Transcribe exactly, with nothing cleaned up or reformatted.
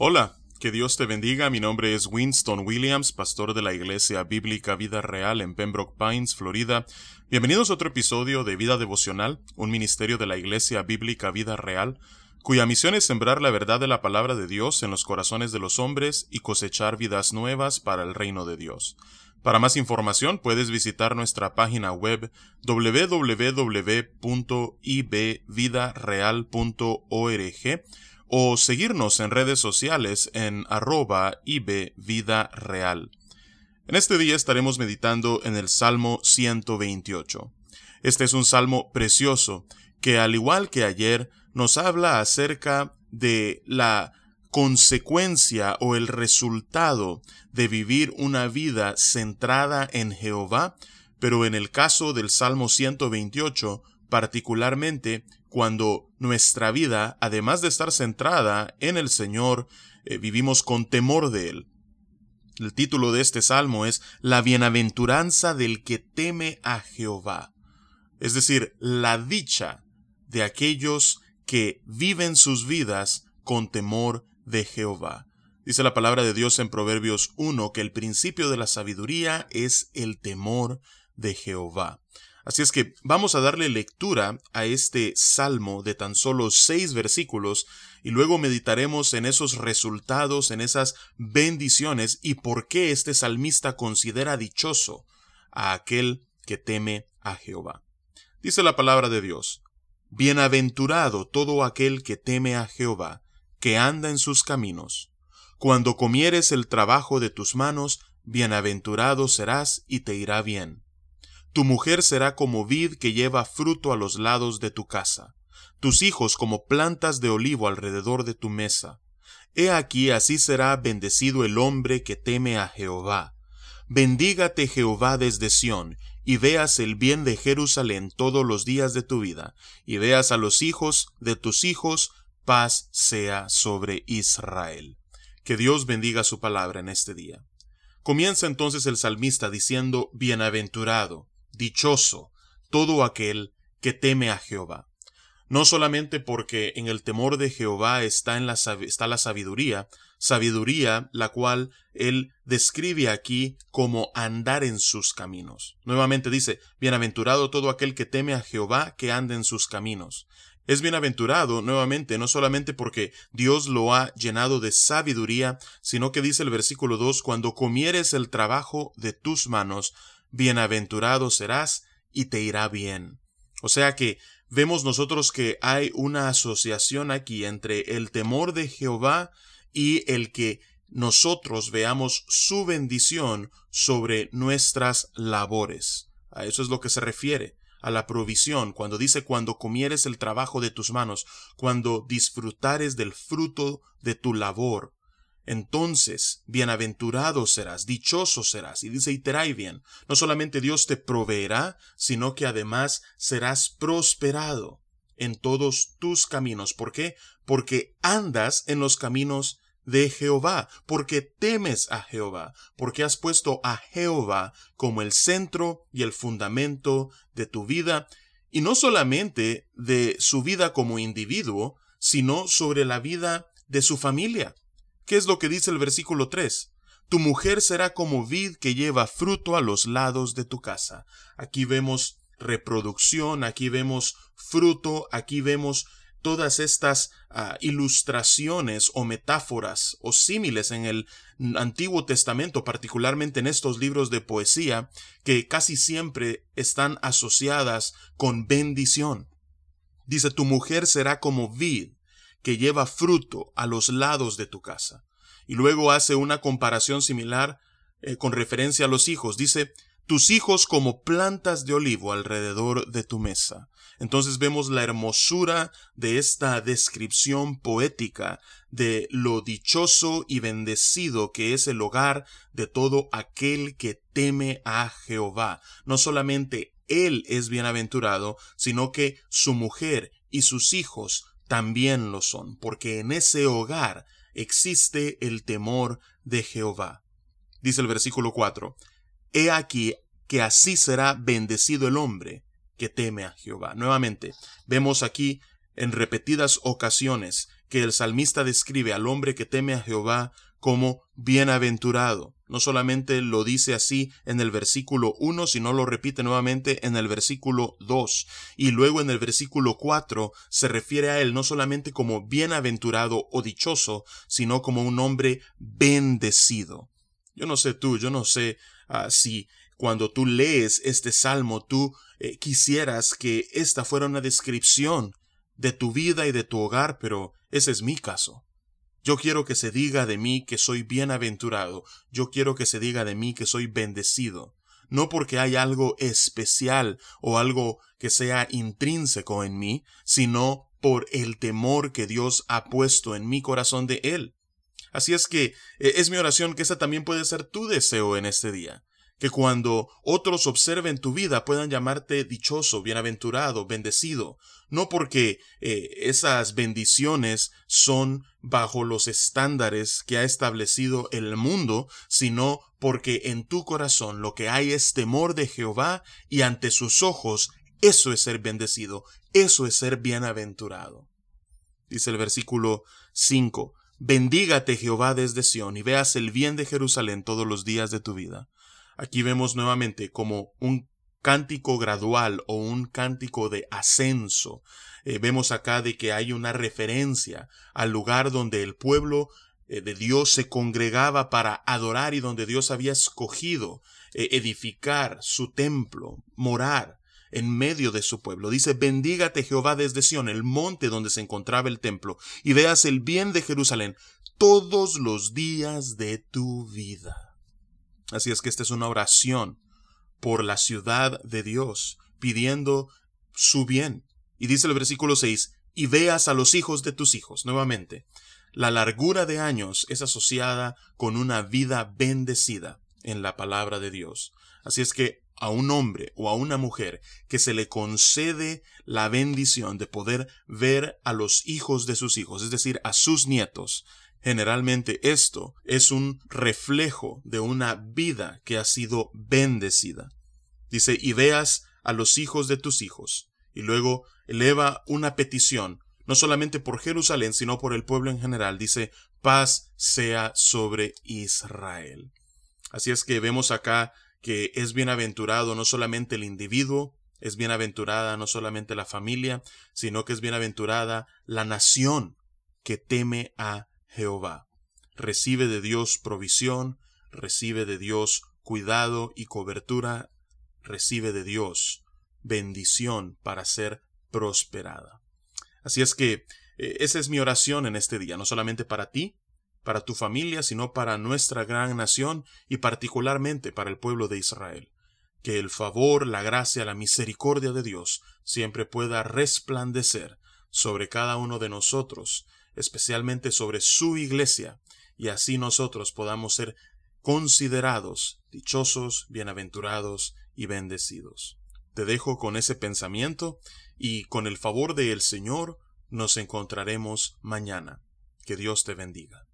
Hola, que Dios te bendiga. Mi nombre es Winston Williams, pastor de la Iglesia Bíblica Vida Real en Pembroke Pines, Florida. Bienvenidos a otro episodio de Vida Devocional, un ministerio de la Iglesia Bíblica Vida Real, cuya misión es sembrar la verdad de la palabra de Dios en los corazones de los hombres y cosechar vidas nuevas para el reino de Dios. Para más información puedes visitar nuestra página web doble u doble u doble u punto i b vida real punto org o seguirnos en redes sociales en arroba ibvidareal. En este día estaremos meditando en el Salmo ciento veintiocho. Este es un salmo precioso que, al igual que ayer, nos habla acerca de la consecuencia o el resultado de vivir una vida centrada en Jehová, pero en el caso del Salmo ciento veintiocho, particularmente cuando nuestra vida, además de estar centrada en el Señor, eh, vivimos con temor de Él. El título de este salmo es La bienaventuranza del que teme a Jehová, es decir, la dicha de aquellos que viven sus vidas con temor de Jehová. Dice la palabra de Dios en Proverbios uno que el principio de la sabiduría es el temor de Jehová. Así es que vamos a darle lectura a este salmo de tan solo seis versículos y luego meditaremos en esos resultados, en esas bendiciones y por qué este salmista considera dichoso a aquel que teme a Jehová. Dice la palabra de Dios: Bienaventurado todo aquel que teme a Jehová, que anda en sus caminos. Cuando comieres el trabajo de tus manos, bienaventurado serás y te irá bien. Tu mujer será como vid que lleva fruto a los lados de tu casa, tus hijos como plantas de olivo alrededor de tu mesa. He aquí, así será bendecido el hombre que teme a Jehová. Bendígate Jehová desde Sión, y veas el bien de Jerusalén todos los días de tu vida, y veas a los hijos de tus hijos, paz sea sobre Israel. Que Dios bendiga su palabra en este día. Comienza entonces el salmista diciendo: Bienaventurado, dichoso, todo aquel que teme a Jehová. No solamente porque en el temor de Jehová está, en la, está la sabiduría, sabiduría la cual él describe aquí como andar en sus caminos. Nuevamente dice: Bienaventurado todo aquel que teme a Jehová, que anda en sus caminos. Es bienaventurado, nuevamente, no solamente porque Dios lo ha llenado de sabiduría, sino que dice el versículo dos, cuando comieres el trabajo de tus manos, bienaventurado serás y te irá bien. O sea que vemos nosotros que hay una asociación aquí entre el temor de Jehová y el que nosotros veamos su bendición sobre nuestras labores. A eso es lo que se refiere, a la provisión, cuando dice cuando comieres el trabajo de tus manos, cuando disfrutares del fruto de tu labor. Entonces, bienaventurado serás, dichoso serás, y dice, y te irá bien. No solamente Dios te proveerá, sino que además serás prosperado en todos tus caminos. ¿Por qué? Porque andas en los caminos de Jehová, porque temes a Jehová, porque has puesto a Jehová como el centro y el fundamento de tu vida, y no solamente de su vida como individuo, sino sobre la vida de su familia. ¿Qué es lo que dice el versículo tres? Tu mujer será como vid que lleva fruto a los lados de tu casa. Aquí vemos reproducción, aquí vemos fruto, aquí vemos todas estas uh, ilustraciones o metáforas o símiles en el Antiguo Testamento, particularmente en estos libros de poesía, que casi siempre están asociadas con bendición. Dice, tu mujer será como vid que lleva fruto a los lados de tu casa. Y luego hace una comparación similar eh, con referencia a los hijos. Dice, tus hijos como plantas de olivo alrededor de tu mesa. Entonces vemos la hermosura de esta descripción poética de lo dichoso y bendecido que es el hogar de todo aquel que teme a Jehová. No solamente él es bienaventurado, sino que su mujer y sus hijos también lo son, porque en ese hogar existe el temor de Jehová. Dice el versículo cuatro, he aquí que así será bendecido el hombre que teme a Jehová. Nuevamente, vemos aquí en repetidas ocasiones que el salmista describe al hombre que teme a Jehová como bienaventurado. No solamente lo dice así en el versículo uno, sino lo repite nuevamente en el versículo dos. Y luego en el versículo cuatro se refiere a él no solamente como bienaventurado o dichoso, sino como un hombre bendecido. Yo no sé tú, yo no sé uh, si cuando tú lees este salmo tú eh, quisieras que esta fuera una descripción de tu vida y de tu hogar, pero ese es mi caso. Yo quiero que se diga de mí que soy bienaventurado. Yo quiero que se diga de mí que soy bendecido. No porque hay algo especial o algo que sea intrínseco en mí, sino por el temor que Dios ha puesto en mi corazón de Él. Así es que eh, es mi oración que esa también puede ser tu deseo en este día. Que cuando otros observen tu vida puedan llamarte dichoso, bienaventurado, bendecido. No porque eh, esas bendiciones son bajo los estándares que ha establecido el mundo, sino porque en tu corazón lo que hay es temor de Jehová y ante sus ojos eso es ser bendecido, eso es ser bienaventurado. Dice el versículo cinco, bendígate Jehová desde Sión y veas el bien de Jerusalén todos los días de tu vida. Aquí vemos nuevamente como un cántico gradual o un cántico de ascenso. Eh, vemos acá de que hay una referencia al lugar donde el pueblo eh, de Dios se congregaba para adorar y donde Dios había escogido eh, edificar su templo, morar en medio de su pueblo. Dice, bendígate Jehová desde Sión, el monte donde se encontraba el templo, y veas el bien de Jerusalén todos los días de tu vida. Así es que esta es una oración por la ciudad de Dios, pidiendo su bien. Y dice el versículo seis, y veas a los hijos de tus hijos. Nuevamente, la largura de años es asociada con una vida bendecida en la palabra de Dios. Así es que a un hombre o a una mujer que se le concede la bendición de poder ver a los hijos de sus hijos, es decir, a sus nietos, generalmente esto es un reflejo de una vida que ha sido bendecida. Dice, y veas a los hijos de tus hijos. Y luego eleva una petición, no solamente por Jerusalén, sino por el pueblo en general. Dice, paz sea sobre Israel. Así es que vemos acá que es bienaventurado no solamente el individuo, es bienaventurada no solamente la familia, sino que es bienaventurada la nación que teme a Jehová. Recibe de Dios provisión, recibe de Dios cuidado y cobertura, recibe de Dios bendición para ser prosperada. Así es que eh, esa es mi oración en este día, no solamente para ti, para tu familia, sino para nuestra gran nación y particularmente para el pueblo de Israel. Que el favor, la gracia, la misericordia de Dios siempre pueda resplandecer sobre cada uno de nosotros, especialmente sobre su iglesia, y así nosotros podamos ser considerados dichosos, bienaventurados y bendecidos. Te dejo con ese pensamiento y con el favor del Señor nos encontraremos mañana. Que Dios te bendiga.